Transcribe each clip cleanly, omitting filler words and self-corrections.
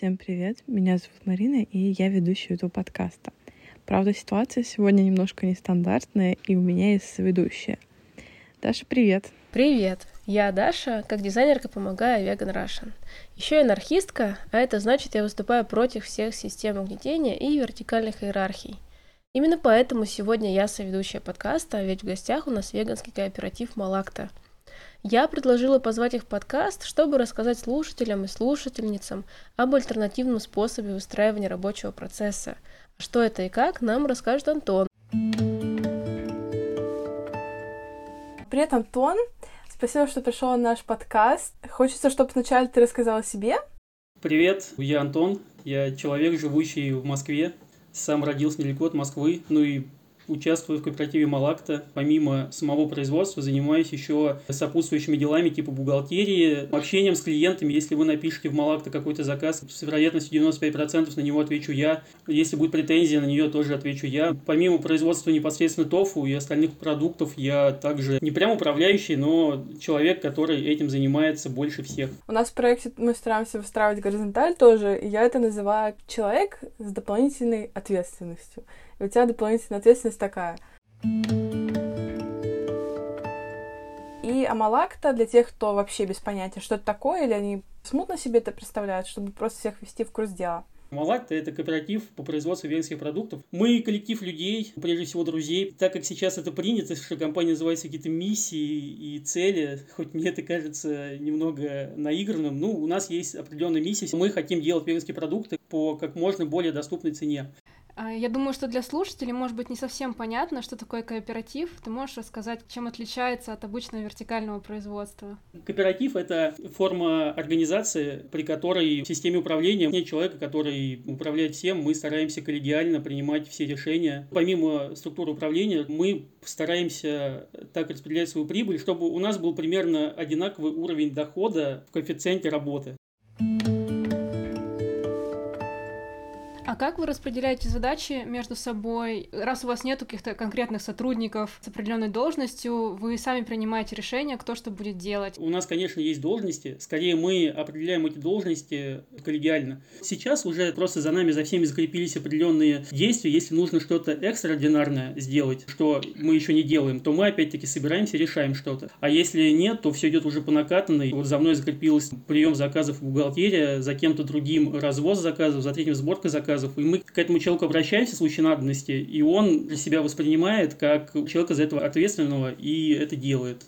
Всем привет, меня зовут Марина, и я ведущая этого подкаста. Правда, ситуация сегодня немножко нестандартная, и у меня есть соведущая. Даша, привет! Привет! Я Даша, как дизайнерка помогаю Vegan Russian. Еще я анархистка, а это значит, я выступаю против всех систем угнетения и вертикальных иерархий. Именно поэтому сегодня я соведущая подкаста, ведь в гостях у нас веганский кооператив Малакта. Я предложила позвать их в подкаст, чтобы рассказать слушателям и слушательницам об альтернативном способе выстраивания рабочего процесса. А что это и как, нам расскажет Антон. Привет, Антон! Спасибо, что пришел на наш подкаст. Хочется, чтобы сначала ты рассказал о себе. Привет, я Антон, я человек, живущий в Москве, сам родился недалеко от Москвы, и участвую в кооперативе Малакта. Помимо самого производства занимаюсь еще сопутствующими делами типа бухгалтерии, общением с клиентами. Если вы напишете в Малакта какой-то заказ, с вероятностью 95% на него отвечу я. Если будет претензия, на нее тоже отвечу я. Помимо производства непосредственно тофу и остальных продуктов, я также не прям управляющий, но человек, который этим занимается больше всех. У нас в проекте мы стараемся выстраивать горизонталь тоже, и я это называю человек с дополнительной ответственностью. И у тебя дополнительная ответственность такая. И Малакта для тех, кто вообще без понятия, что это такое, или они смутно себе это представляют, чтобы просто всех ввести в курс дела. Малакта – это кооператив по производству веганских продуктов. Мы коллектив людей, прежде всего друзей. Так как сейчас это принято, что компания называется какие-то миссии и цели, хоть мне это кажется немного наигранным, у нас есть определенная миссия. Мы хотим делать веганские продукты по как можно более доступной цене. Я думаю, что для слушателей может быть не совсем понятно, что такое кооператив. Ты можешь рассказать, чем отличается от обычного вертикального производства? Кооператив – это форма организации, при которой в системе управления нет человека, который управляет всем. Мы стараемся коллегиально принимать все решения. Помимо структуры управления, мы стараемся так распределять свою прибыль, чтобы у нас был примерно одинаковый уровень дохода в коэффициенте работы. А как вы распределяете задачи между собой? Раз у вас нет каких-то конкретных сотрудников с определенной должностью, вы сами принимаете решение, кто что будет делать? У нас, конечно, есть должности. Скорее, мы определяем эти должности коллегиально. Сейчас уже просто за нами, за всеми закрепились определенные действия. Если нужно что-то экстраординарное сделать, что мы еще не делаем, то мы опять-таки собираемся и решаем что-то. А если нет, то все идет уже по накатанной. Вот за мной закрепилась прием заказов в бухгалтерии, за кем-то другим развоз заказов, за третьим сборка заказов. И мы к этому человеку обращаемся в случае надобности, и он для себя воспринимает как человека за этого ответственного и это делает.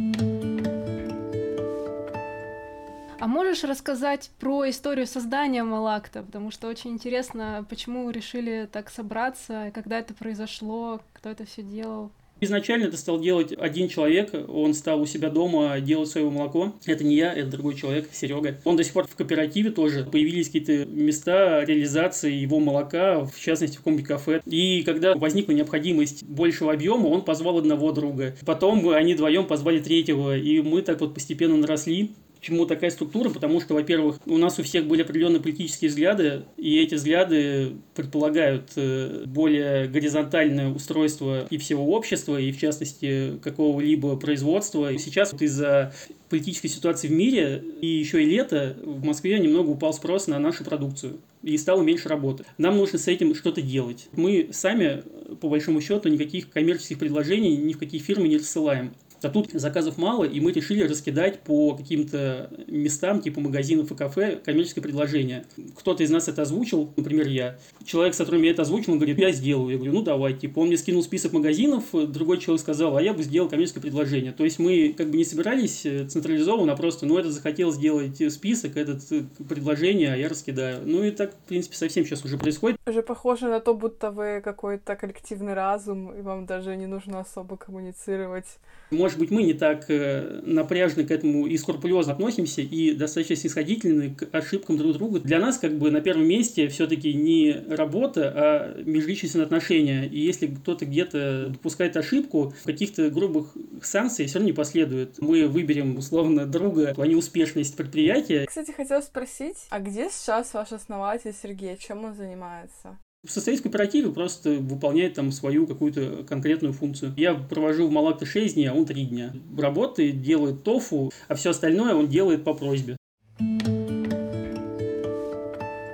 А можешь рассказать про историю создания Малакта? Потому что очень интересно, почему вы решили так собраться, когда это произошло, кто это все делал? Изначально это стал делать один человек, он стал у себя дома делать свое молоко. Это не я, это другой человек, Серега. Он до сих пор в кооперативе тоже. Появились какие-то места реализации его молока, в частности в комби-кафе. И когда возникла необходимость большего объема, он позвал одного друга. Потом они вдвоем позвали третьего, и мы так вот постепенно наросли. Почему такая структура? Потому что, во-первых, у нас у всех были определенные политические взгляды, и эти взгляды предполагают более горизонтальное устройство и всего общества, и в частности какого-либо производства. И сейчас вот из-за политической ситуации в мире и еще и лето в Москве немного упал спрос на нашу продукцию и стало меньше работы. Нам нужно с этим что-то делать. Мы сами, по большому счету, никаких коммерческих предложений ни в какие фирмы не рассылаем. А тут заказов мало, и мы решили раскидать по каким-то местам, типа магазинов и кафе, коммерческое предложение. Кто-то из нас это озвучил, например, я. Человек, с которым я это озвучил, он говорит, я сделаю. Я говорю, давай. Типа, он мне скинул список магазинов, другой человек сказал, а я бы сделал коммерческое предложение. То есть мы как бы не собирались централизованно, а просто, это захотел сделать список, это предложение, а я раскидаю. И так, в принципе, совсем сейчас уже происходит. Уже похоже на то, будто вы какой-то коллективный разум, и вам даже не нужно особо коммуницировать. Может быть, мы не так напряжно к этому и скрупулезно относимся, и достаточно снисходительны к ошибкам друг друга. Для нас, на первом месте все-таки не работа, а межличностные отношения. И если кто-то где-то допускает ошибку, каких-то грубых санкций все равно не последует. Мы выберем, условно, друга, а не успешность предприятия. Кстати, хотела спросить, а где сейчас ваш основатель Сергей? Чем он занимается? Состоит в кооперативе, просто выполняет там свою какую-то конкретную функцию. Я провожу в Малакта 6 дней, а он 3 дня. Работает, делает тофу, а все остальное он делает по просьбе.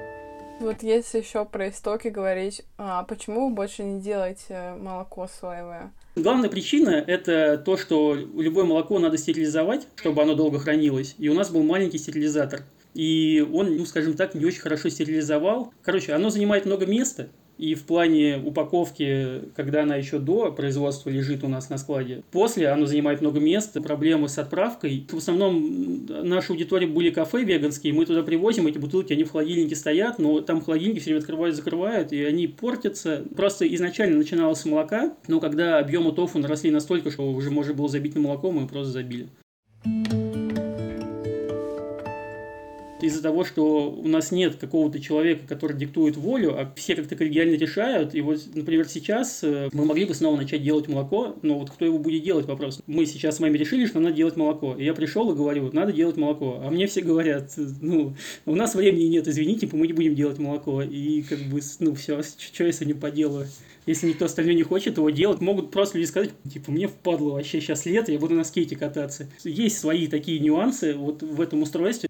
Вот если еще про истоки говорить, почему вы больше не делаете молоко соевое? Главная причина – это то, что любое молоко надо стерилизовать, чтобы оно долго хранилось. И у нас был маленький стерилизатор. И он, скажем так, не очень хорошо стерилизовал. Короче, оно занимает много места. И в плане упаковки, когда она еще до производства лежит у нас на складе, после оно занимает много места, проблемы с отправкой. В основном наша аудитория были кафе веганские, мы туда привозим эти бутылки, они в холодильнике стоят, но там холодильники все время открывают, закрывают, и они портятся. Просто изначально начиналось с молока, но когда объемы тофу наросли настолько, что уже можно было забить на молоко, мы просто забили. Из-за того, что у нас нет какого-то человека, который диктует волю, а все как-то коллегиально решают. И вот, например, сейчас мы могли бы снова начать делать молоко, но вот кто его будет делать, вопрос. Мы сейчас с вами решили, что надо делать молоко. И я пришел и говорю, надо делать молоко. А мне все говорят, у нас времени нет, извините, мы не будем делать молоко. И как бы, все, что я с этим поделаю? Если никто остальной не хочет его делать, могут просто люди сказать, мне впадло вообще сейчас лето, я буду на скейте кататься. Есть свои такие нюансы вот в этом устройстве.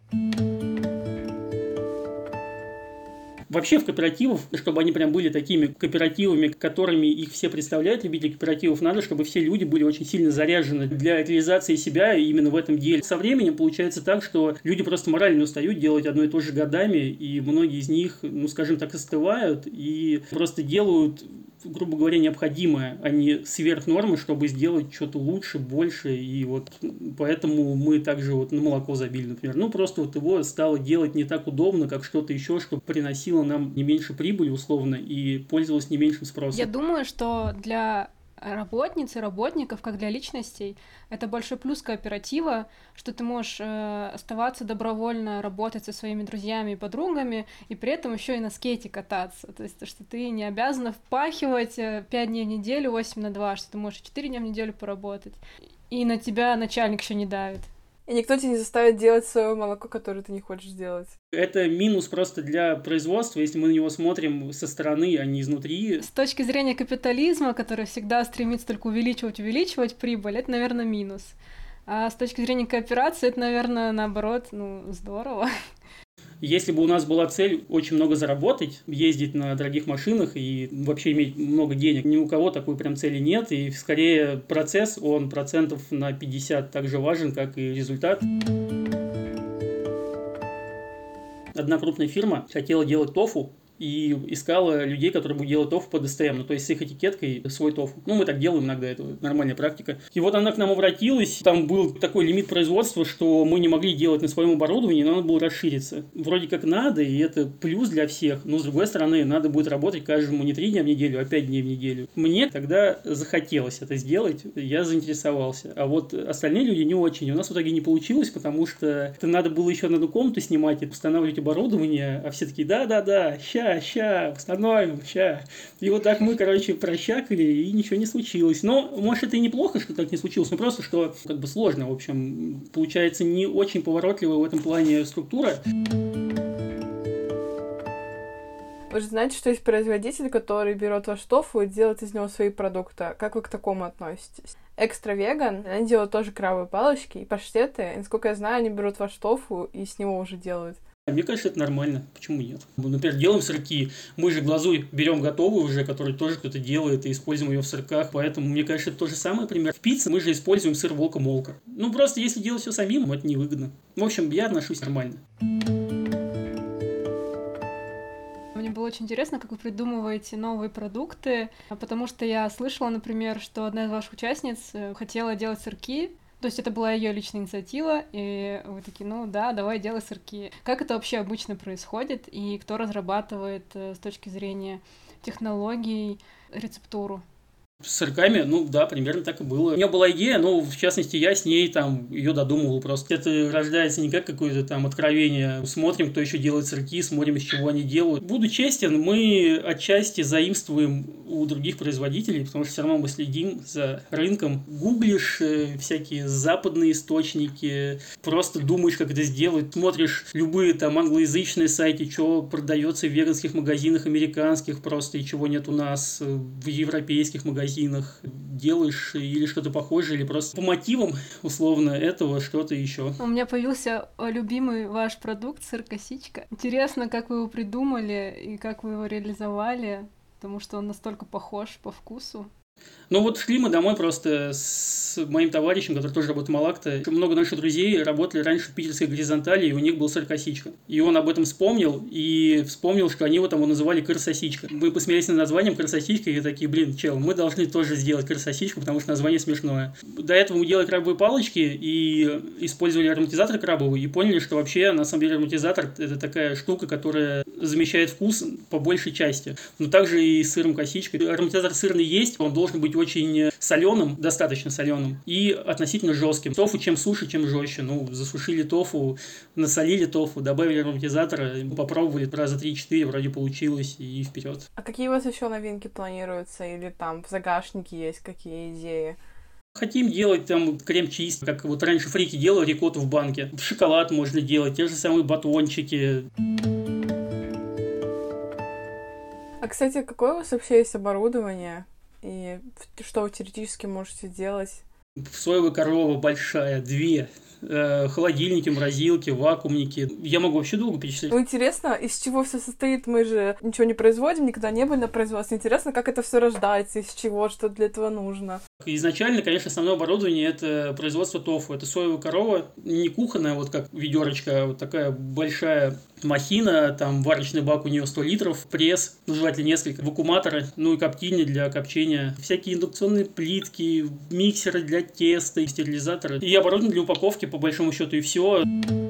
Вообще в кооперативах, чтобы они прям были такими кооперативами, которыми их все представляют, любители кооперативов, надо, чтобы все люди были очень сильно заряжены для реализации себя именно в этом деле. Со временем получается так, что люди просто морально устают делать одно и то же годами, и многие из них, скажем так, остывают и просто делают, грубо говоря, необходимое, а не сверх нормы, чтобы сделать что-то лучше, больше. И вот поэтому мы также вот на молоко забили, например. Просто вот его стало делать не так удобно, как что-то еще, что приносило нам не меньше прибыли, условно, и пользовалось не меньшим спросом. Я думаю, что для работниц и работников, как для личностей, это большой плюс кооператива, что ты можешь оставаться добровольно, работать со своими друзьями и подругами, и при этом еще и на скейте кататься. То есть, что ты не обязана впахивать 5 дней в неделю, 8/2, что ты можешь 4 дня в неделю поработать. И на тебя начальник еще не давит. И никто тебя не заставит делать свое молоко, которое ты не хочешь делать. Это минус просто для производства, если мы на него смотрим со стороны, а не изнутри. С точки зрения капитализма, который всегда стремится только увеличивать прибыль, это, наверное, минус. А с точки зрения кооперации, это, наверное, наоборот, здорово. Если бы у нас была цель очень много заработать, ездить на дорогих машинах и вообще иметь много денег, ни у кого такой прям цели нет. И скорее процесс, он процентов на 50 так же важен, как и результат. Одна крупная фирма хотела делать тофу и искала людей, которые будут делать тофу под СТМ, то есть с их этикеткой свой тофу. Мы так делаем иногда, это нормальная практика. И вот она к нам обратилась, там был такой лимит производства, что мы не могли делать на своем оборудовании, но надо было расшириться. Вроде как надо, и это плюс для всех, но с другой стороны, надо будет работать каждому не 3 дня в неделю, а 5 дней в неделю. Мне тогда захотелось это сделать, я заинтересовался. А вот остальные люди не очень. У нас в итоге не получилось, потому что это надо было еще на одну комнату снимать и устанавливать оборудование, а все такие, да, ща, установим, ща. И вот так мы, прощакали, и ничего не случилось. Но, может, это и неплохо, что так не случилось, но просто, что сложно, в общем. Получается, не очень поворотливая в этом плане структура. Вы же знаете, что есть производитель, который берет ваш тофу и делает из него свои продукты. Как вы к такому относитесь? Экстра Веган, они делают тоже крабовые палочки и паштеты. И, насколько я знаю, они берут ваш тофу и с него уже делают. Мне кажется, это нормально. Почему нет? Например, делаем сырки. Мы же глазурь берем готовую уже, которую тоже кто-то делает, и используем ее в сырках. Поэтому, мне кажется, это то же самое, например. В пицце мы же используем сыр волка-молка. Просто если делать все самим, это невыгодно. В общем, я отношусь нормально. Мне было очень интересно, как вы придумываете новые продукты, потому что я слышала, например, что одна из ваших участниц хотела делать сырки. То есть это была ее личная инициатива, и вы такие, давай делай сырки. Как это вообще обычно происходит, и кто разрабатывает с точки зрения технологий рецептуру? С сырками, примерно так и было. У нее была идея, в частности, я с ней ее додумывал просто. Это рождается не как какое-то откровение. Смотрим, кто еще делает сырки, смотрим, из чего они делают. Буду честен, мы отчасти заимствуем у других производителей, потому что все равно мы следим за рынком. Гуглишь всякие западные источники, просто думаешь, как это сделать. Смотришь любые англоязычные сайты, что продается в веганских магазинах американских просто, и чего нет у нас в европейских магазинах. магазинах делаешь или что-то похожее, или просто по мотивам, условно, этого что-то еще. У меня появился любимый ваш продукт, сыр-косичка. Интересно, как вы его придумали и как вы его реализовали, потому что он настолько похож по вкусу. Ну вот шли мы домой просто с моим товарищем, который тоже работает в Малакта. Много наших друзей работали раньше в питерской горизонтали, и у них был сыр-косичка. И он об этом вспомнил, что они его там называли кыр-сосичка. Мы посмеялись над названием кыр-сосичка, и такие, блин, чел, мы должны тоже сделать кыр-сосичку, потому что название смешное. До этого мы делали крабовые палочки и использовали ароматизатор крабовый, и поняли, что вообще, на самом деле, ароматизатор – это такая штука, которая замещает вкус по большей части. Но также и с сыром-косичкой. Ароматизатор сырный есть, он должен быть очень соленым, достаточно соленым, и относительно жестким. Тофу чем суше, чем жестче. Ну, засушили тофу, насолили тофу, добавили ароматизатора, попробовали раза 3-4, вроде получилось, и вперед. А какие у вас еще новинки планируются? Или там в загашнике есть какие идеи? Хотим делать там крем-чиз, как вот раньше фрики делали рикотту в банке. Шоколад можно делать, те же самые батончики. А, кстати, какое у вас вообще есть оборудование? И что вы теоретически можете делать? Соевая корова большая, 2. Холодильники, морозилки, вакуумники. Я могу вообще долго перечислять. Ну, интересно, из чего все состоит? Мы же ничего не производим, никогда не были на производстве. Интересно, как это все рождается, из чего, что для этого нужно. Изначально, конечно, основное оборудование – это производство тофу. Это соевая корова, не кухонная, вот как ведерочка, а вот такая большая махина, там варочный бак у нее 100 литров, пресс, ну, желательно несколько, вакууматоры, ну и коптильни для копчения, всякие индукционные плитки, миксеры для теста, и стерилизаторы, и оборудование для упаковки, по большому счету, и все.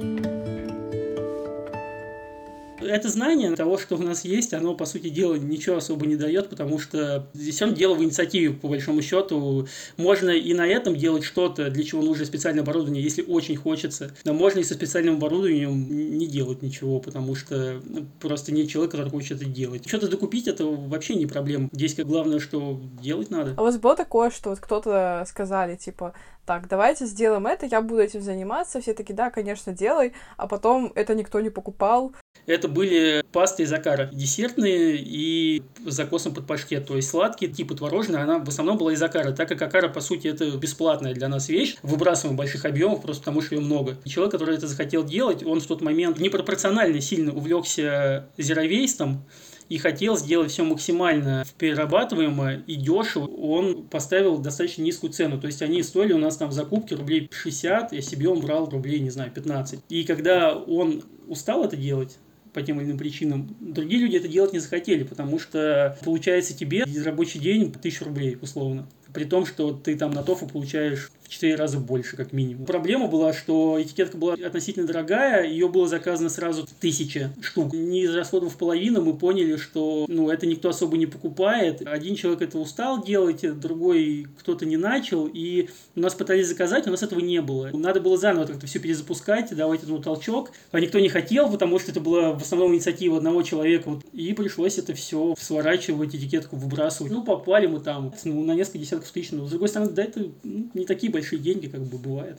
Это знание того, что у нас есть, оно, по сути дела, ничего особо не дает, потому что здесь все дело в инициативе, по большому счету. Можно и на этом делать что-то, для чего нужно специальное оборудование, если очень хочется. Но можно и со специальным оборудованием не делать ничего, потому что просто нет человека, который хочет это делать. Что-то докупить, это вообще не проблема. Здесь главное, что делать надо. А у вас было такое, что вот кто-то сказали, типа, так, давайте сделаем это, я буду этим заниматься, все такие, да, конечно, делай, а потом это никто не покупал. Это были пасты из акара, десертные и с закосом под паштет, то есть сладкие, типа творожные, она в основном была из акара, так как акара, по сути, это бесплатная для нас вещь, выбрасываем в больших объемах, просто потому что ее много. И человек, который это захотел делать, он в тот момент непропорционально сильно увлекся зеровейством, и хотел сделать все максимально перерабатываемое и дешево, он поставил достаточно низкую цену. То есть они стоили у нас там в закупке рублей 60, и себе он брал рублей, не знаю, 15. И когда он устал это делать, по тем или иным причинам, другие люди это делать не захотели, потому что получается тебе за рабочий день 1000 рублей, условно. При том, что ты там на тофу получаешь в 4 раза больше, как минимум. Проблема была, что этикетка была относительно дорогая, ее было заказано сразу 1000 штук. Не израсходовав половину, мы поняли, что это никто особо не покупает. Один человек это устал делать, другой кто-то не начал, и у нас пытались заказать, у нас этого не было. Надо было заново как-то все перезапускать, давать этому толчок. А никто не хотел, потому что это была в основном инициатива одного человека. И пришлось это все сворачивать, этикетку выбрасывать. Попали мы там на несколько десятков тысяч. Но, с другой стороны, да, это не такие большие деньги, как бы бывает.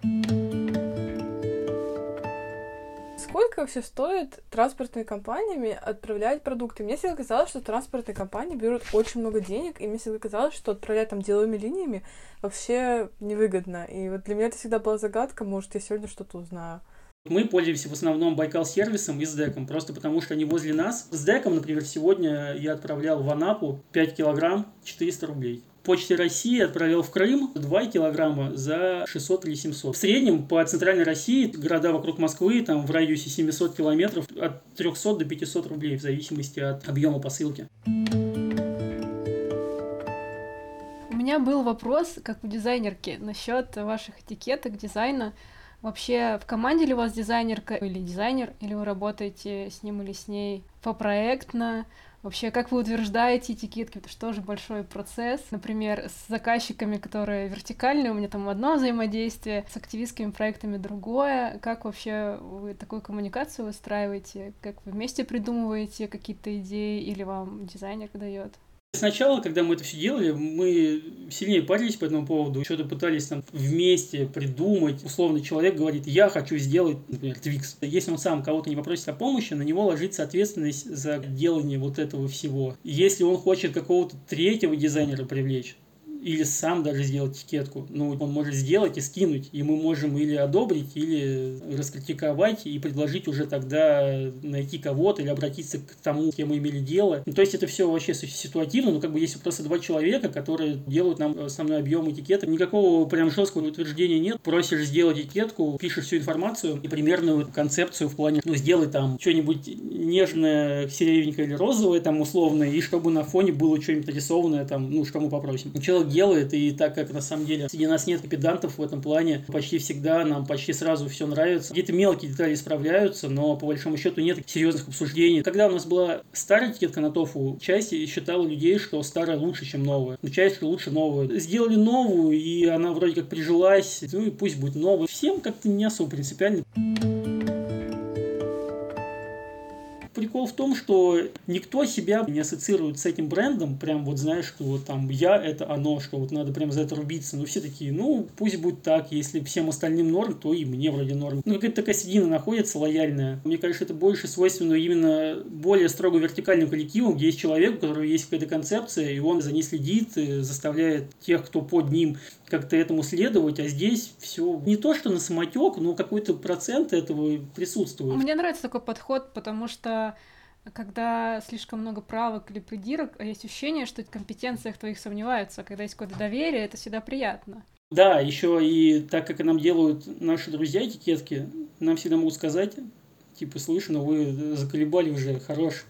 Сколько вообще стоит транспортными компаниями отправлять продукты? Мне всегда казалось, что транспортные компании берут очень много денег, и мне всегда казалось, что отправлять там деловыми линиями вообще невыгодно. И вот для меня это всегда была загадка, может, я сегодня что-то узнаю. Мы пользуемся в основном Байкал-сервисом и СДЭКом, просто потому что они возле нас. С СДЭКом, например, сегодня я отправлял в Анапу 5 килограмм 400 рублей. Почте России отправил в Крым 2 килограмма за 600 или 700. В среднем по центральной России, города вокруг Москвы, там в радиусе 700 километров, от 300 до 500 рублей, в зависимости от объема посылки. У меня был вопрос, как у дизайнерки, насчет ваших этикеток, дизайна. Вообще, в команде ли у вас дизайнерка или дизайнер, или вы работаете с ним или с ней попроектно? Вообще, как вы утверждаете этикетки? Это же тоже большой процесс. Например, с заказчиками, которые вертикальные, у меня там одно взаимодействие, с активистскими проектами другое. Как вообще вы такую коммуникацию выстраиваете? Как вы вместе придумываете какие-то идеи или вам дизайнер дает? Сначала, когда мы это все делали, мы сильнее парились по этому поводу, что-то пытались там вместе придумать. Условно, человек говорит, я хочу сделать, например, Twix. Если он сам кого-то не попросит о помощи, на него ложится ответственность за делание вот этого всего. Если он хочет какого-то третьего дизайнера привлечь, или сам даже сделать этикетку. Ну, он может сделать и скинуть, и мы можем или одобрить, или раскритиковать, и предложить уже тогда найти кого-то или обратиться к тому, с кем мы имели дело. Ну, то есть это все вообще ситуативно, но как бы есть просто два человека, которые делают нам основной объем этикеток. Никакого прям жесткого утверждения нет. Просишь сделать этикетку, пишешь всю информацию и примерную концепцию в плане, ну, сделай там что-нибудь нежное, сиреневенькое или розовое, там, условно, и чтобы на фоне было что-нибудь нарисованное, там, ну, что мы попросим. Человек делает, и так как на самом деле среди нас нет педантов в этом плане, почти всегда нам почти сразу все нравится. Какие-то мелкие детали исправляются, но по большому счету нет серьезных обсуждений. Когда у нас была старая этикетка на тофу, часть считала людей, что старая лучше, чем новая. Но часть, что лучше новая. Сделали новую, и она вроде как прижилась, ну и пусть будет новая. Всем как-то не особо принципиально. Прикол в том, что никто себя не ассоциирует с этим брендом, прям вот знаешь, что вот там я это оно, что вот надо прям за это рубиться. Ну все такие, ну пусть будет так, если всем остальным норм, то и мне вроде норм. Ну какая-то такая середина находится лояльная. Мне кажется, это больше свойственно именно более строго вертикальным коллективам, где есть человек, у которого есть какая-то концепция, и он за ней следит, и заставляет тех, кто под ним, как-то этому следовать, а здесь все не то, что на самотек, но какой-то процент этого присутствует. Мне нравится такой подход, потому что когда слишком много правок или придирок, есть ощущение, что в компетенциях твоих сомневаются. Когда есть какое-то доверие, это всегда приятно. Да, еще и так как нам делают наши друзья этикетки, нам всегда могут сказать, типа, слышь, ну вы заколебали уже, хорош.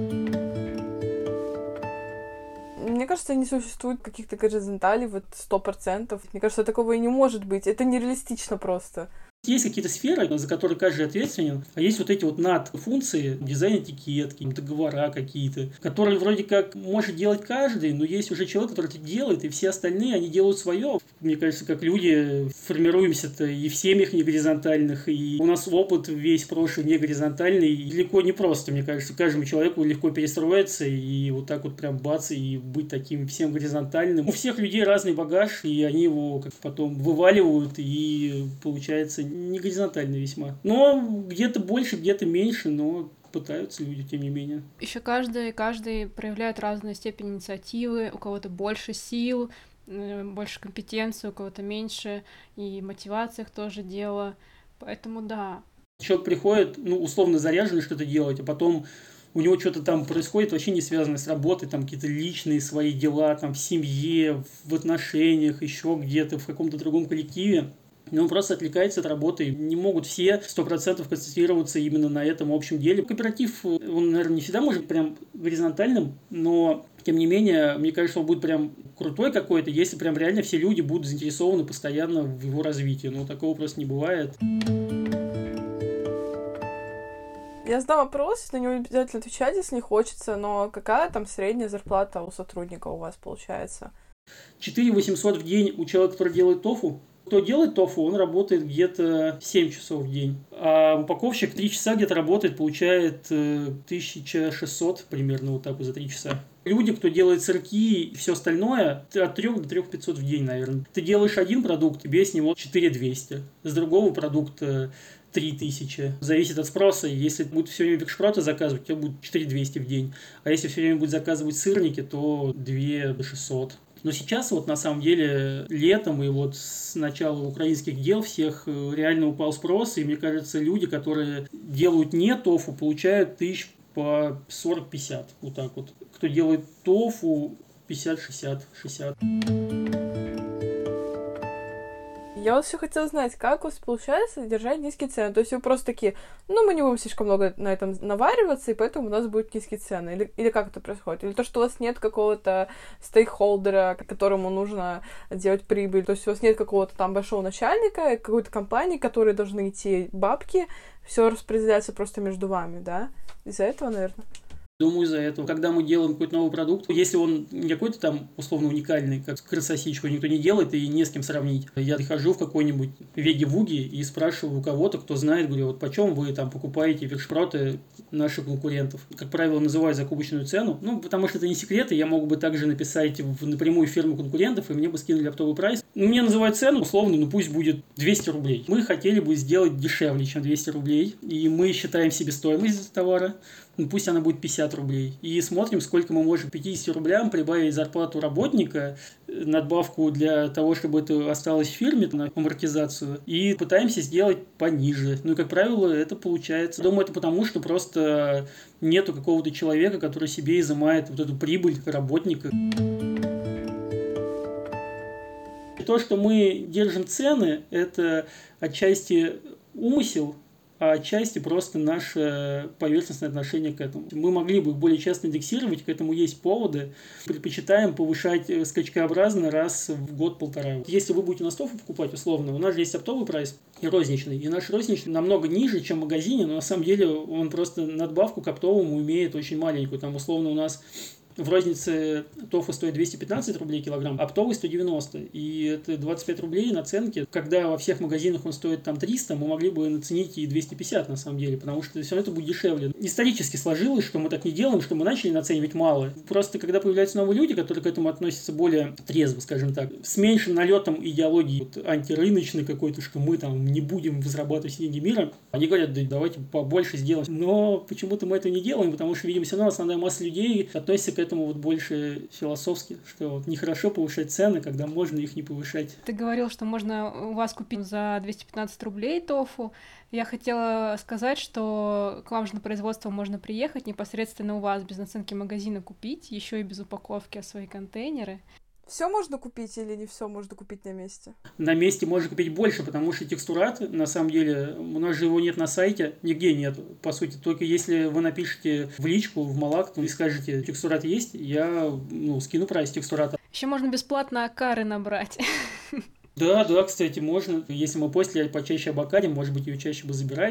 Мне кажется, не существует каких-то горизонталей, вот 100%. Мне кажется, такого и не может быть. Это нереалистично просто. Есть какие-то сферы, за которые каждый ответственен, а есть вот эти вот надфункции, дизайн этикетки, договора какие-то, которые вроде как может делать каждый, но есть уже человек, который это делает, и все остальные, они делают свое. Мне кажется, как люди формируемся-то и в семьях не горизонтальных, и у нас опыт весь прошлый не горизонтальный, и далеко не просто, мне кажется, каждому человеку легко перестроиться и вот так вот прям бац, и быть таким всем горизонтальным. У всех людей разный багаж, и они его как потом вываливают, и получается не горизонтально весьма. Но где-то больше, где-то меньше, но пытаются люди, тем не менее. Еще каждый проявляет разную степень инициативы, у кого-то больше сил, больше компетенции, у кого-то меньше, и в мотивациях тоже дело. Поэтому да. Человек приходит, ну, условно заряженный что-то делать, а потом у него что-то там происходит, вообще не связанное с работой, там какие-то личные свои дела, там в семье, в отношениях, еще где-то, в каком-то другом коллективе. Но он просто отвлекается от работы. Не могут все 100% концентрироваться именно на этом общем деле. Кооператив, он, наверное, не всегда может быть прям горизонтальным, но, тем не менее, мне кажется, он будет прям крутой какой-то, если прям реально все люди будут заинтересованы постоянно в его развитии. Но такого просто не бывает. Я задам вопрос, на него обязательно отвечать, если не хочется, но какая там средняя зарплата у сотрудника у вас получается? 4 800 в день у человека, который делает тофу. Кто делает тофу, он работает где-то 7 часов в день. А упаковщик 3 часа где-то работает, получает 1600 примерно вот так вот за 3 часа. Люди, кто делает сырки и все остальное, от 3 до 3500 в день, наверное. Ты делаешь один продукт, тебе с него 4200. С другого продукта 3000. Зависит от спроса. Если будет все время Викшпрота заказывать, у тебя будет 4200 в день. А если все время будет заказывать сырники, то 2600. Но сейчас вот на самом деле летом и вот с начала украинских дел всех реально упал спрос. И мне кажется, люди, которые делают не тофу, получают тысяч по 40-50. Вот так вот. Кто делает тофу, 50-60. Я вот все хотела знать, как у вас получается держать низкие цены. То есть вы просто такие, ну, мы не будем слишком много на этом навариваться, и поэтому у нас будут низкие цены. Или как это происходит? Или то, что у вас нет какого-то стейкхолдера, которому нужно делать прибыль. То есть у вас нет какого-то там большого начальника, какой-то компании, которые должны идти бабки, все распределяется просто между вами, да? Из-за этого, наверное. Думаю, из-за этого, когда мы делаем какой-то новый продукт, если он не какой-то там условно уникальный, как крысосичку, никто не делает и не с кем сравнить. Я прихожу в какой-нибудь Веги-Вуги и спрашиваю у кого-то, кто знает, говорю, вот почем вы там покупаете вершпроты наших конкурентов. Как правило, называю закупочную цену, потому что это не секрет, и я мог бы также написать напрямую фирму конкурентов, и мне бы скинули оптовый прайс. Мне называют цену, условно, пусть будет 200 рублей. Мы хотели бы сделать дешевле, чем 200 рублей, и мы считаем себестоимость товара, пусть она будет 50 рублей. И смотрим, сколько мы можем 50 рублям прибавить зарплату работника, надбавку для того, чтобы это осталось в фирме на амортизацию, и пытаемся сделать пониже. И, как правило, это получается. Думаю, это потому, что просто нету какого-то человека, который себе изымает вот эту прибыль работника. То, что мы держим цены, это отчасти умысел, а отчасти просто наше поверхностное отношение к этому. Мы могли бы их более часто индексировать, к этому есть поводы. Предпочитаем повышать скачкообразно раз в год-полтора. Если вы будете на стофу покупать, условно, у нас же есть оптовый прайс и розничный. И наш розничный намного ниже, чем в магазине, но на самом деле он просто надбавку к оптовому имеет очень маленькую. Там условно у нас в рознице тофу стоит 215 рублей килограмм, а оптовый 190. И это 25 рублей наценки. Когда во всех магазинах он стоит там 300, мы могли бы наценить и 250 на самом деле, потому что все равно это будет дешевле. Исторически сложилось, что мы так не делаем, что мы начали наценивать мало. Просто когда появляются новые люди, которые к этому относятся более трезво, скажем так, с меньшим налетом идеологии антирыночной какой-то, что мы там не будем разрабатывать деньги мира, они говорят, да давайте побольше сделаем. Но почему-то мы этого не делаем, потому что, видимо, все равно основная масса людей относится к этому больше философски, что нехорошо повышать цены, когда можно их не повышать. Ты говорил, что можно у вас купить за 215 рублей тофу. Я хотела сказать, что к вам же на производство можно приехать непосредственно у вас, без наценки магазина купить, еще и без упаковки, свои контейнеры. Все можно купить или не все можно купить на месте? На месте можно купить больше, потому что текстурат, на самом деле, у нас же его нет на сайте, нигде нет, по сути. Только если вы напишите в личку, в Малак, и скажете, текстурат есть, я скину прайс текстурата. Еще можно бесплатно акары набрать. Да, кстати, можно. Если мы после почаще обакарим, может быть, ее чаще бы забирали.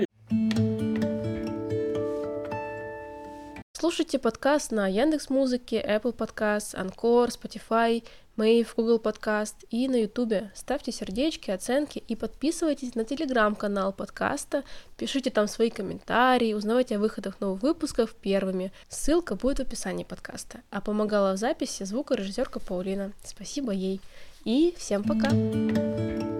Слушайте подкаст на Яндекс.Музыке, Apple Podcast, Anchor, Spotify, Mave, Google Podcast и на Ютубе. Ставьте сердечки, оценки и подписывайтесь на телеграм-канал подкаста, пишите там свои комментарии, узнавайте о выходах новых выпусков первыми. Ссылка будет в описании подкаста. А помогала в записи звукорежиссерка Паулина. Спасибо ей. И всем пока!